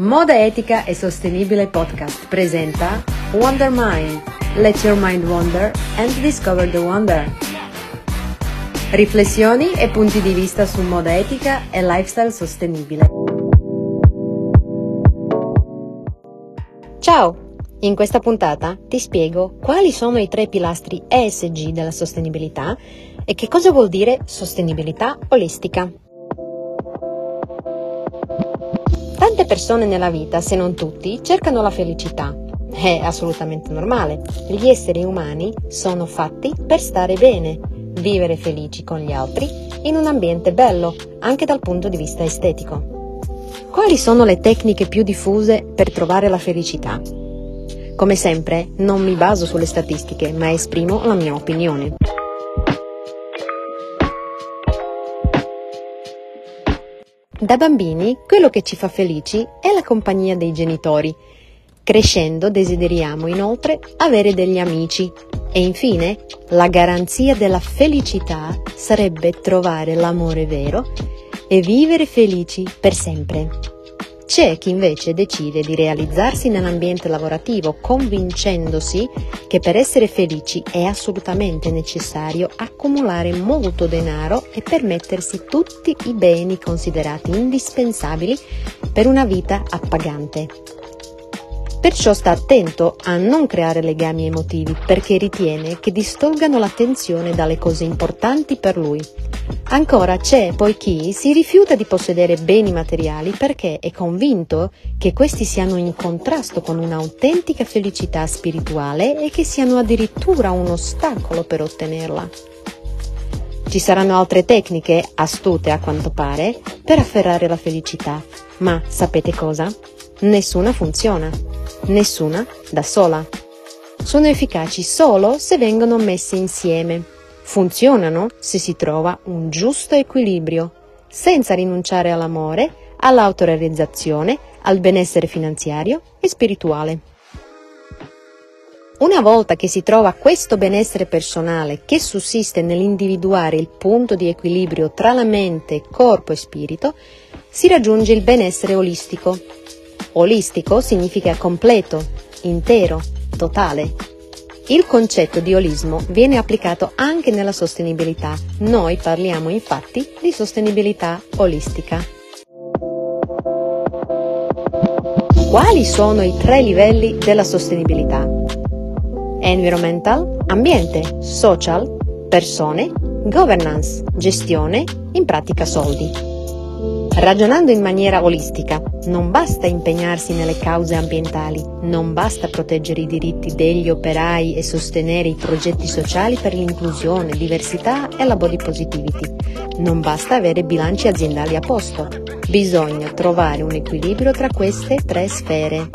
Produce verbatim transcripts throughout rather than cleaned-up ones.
Moda Etica e Sostenibile Podcast presenta Wonder Mind. Let your mind wander and discover the wonder. Riflessioni e punti di vista su moda etica e lifestyle sostenibile. Ciao! In questa puntata ti spiego quali sono i tre pilastri E S G della sostenibilità e che cosa vuol dire sostenibilità olistica. Tante persone nella vita, se non tutti, cercano la felicità. È assolutamente normale. Gli esseri umani sono fatti per stare bene, vivere felici con gli altri in un ambiente bello, anche dal punto di vista estetico. Quali sono le tecniche più diffuse per trovare la felicità? Come sempre, non mi baso sulle statistiche, ma esprimo la mia opinione. Da bambini, quello che ci fa felici è la compagnia dei genitori. Crescendo desideriamo inoltre avere degli amici e infine la garanzia della felicità sarebbe trovare l'amore vero e vivere felici per sempre. C'è chi invece decide di realizzarsi nell'ambiente lavorativo convincendosi che per essere felici è assolutamente necessario accumulare molto denaro e permettersi tutti i beni considerati indispensabili per una vita appagante. Perciò sta attento a non creare legami emotivi perché ritiene che distolgano l'attenzione dalle cose importanti per lui. Ancora c'è poi chi si rifiuta di possedere beni materiali perché è convinto che questi siano in contrasto con un'autentica felicità spirituale e che siano addirittura un ostacolo per ottenerla. Ci saranno altre tecniche, astute a quanto pare, per afferrare la felicità, ma sapete cosa? Nessuna funziona, nessuna da sola. Sono efficaci solo se vengono messe insieme. Funzionano se si trova un giusto equilibrio, senza rinunciare all'amore, all'autorealizzazione, al benessere finanziario e spirituale. Una volta che si trova questo benessere personale che sussiste nell'individuare il punto di equilibrio tra la mente, corpo e spirito, si raggiunge il benessere olistico. Olistico significa completo, intero, totale. Il concetto di olismo viene applicato anche nella sostenibilità. Noi parliamo infatti di sostenibilità olistica. Quali sono i tre livelli della sostenibilità? Environmental, ambiente, social, persone, governance, gestione, in pratica soldi. Ragionando in maniera olistica, non basta impegnarsi nelle cause ambientali, non basta proteggere i diritti degli operai e sostenere i progetti sociali per l'inclusione, diversità e la body positivity. Non basta avere bilanci aziendali a posto. Bisogna trovare un equilibrio tra queste tre sfere.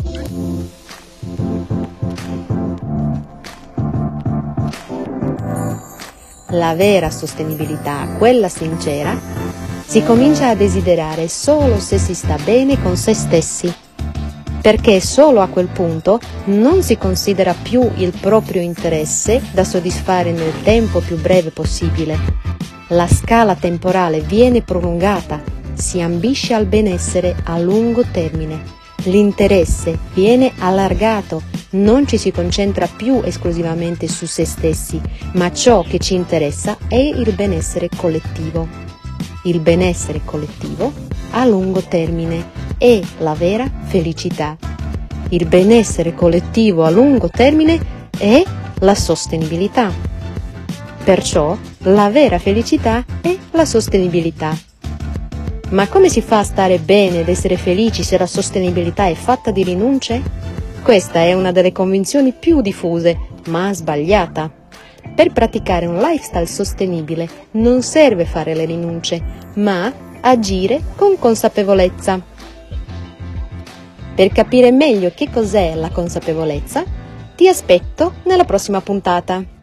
La vera sostenibilità, quella sincera, si comincia a desiderare solo se si sta bene con se stessi, perché solo a quel punto non si considera più il proprio interesse da soddisfare nel tempo più breve possibile. La scala temporale viene prolungata, si ambisce al benessere a lungo termine, l'interesse viene allargato, non ci si concentra più esclusivamente su se stessi, ma ciò che ci interessa è il benessere collettivo. Il benessere collettivo a lungo termine è la vera felicità. Il benessere collettivo a lungo termine è la sostenibilità. Perciò la vera felicità è la sostenibilità. Ma come si fa a stare bene ed essere felici se la sostenibilità è fatta di rinunce? Questa è una delle convinzioni più diffuse, ma sbagliata. Per praticare un lifestyle sostenibile non serve fare le rinunce, ma agire con consapevolezza. Per capire meglio che cos'è la consapevolezza, ti aspetto nella prossima puntata.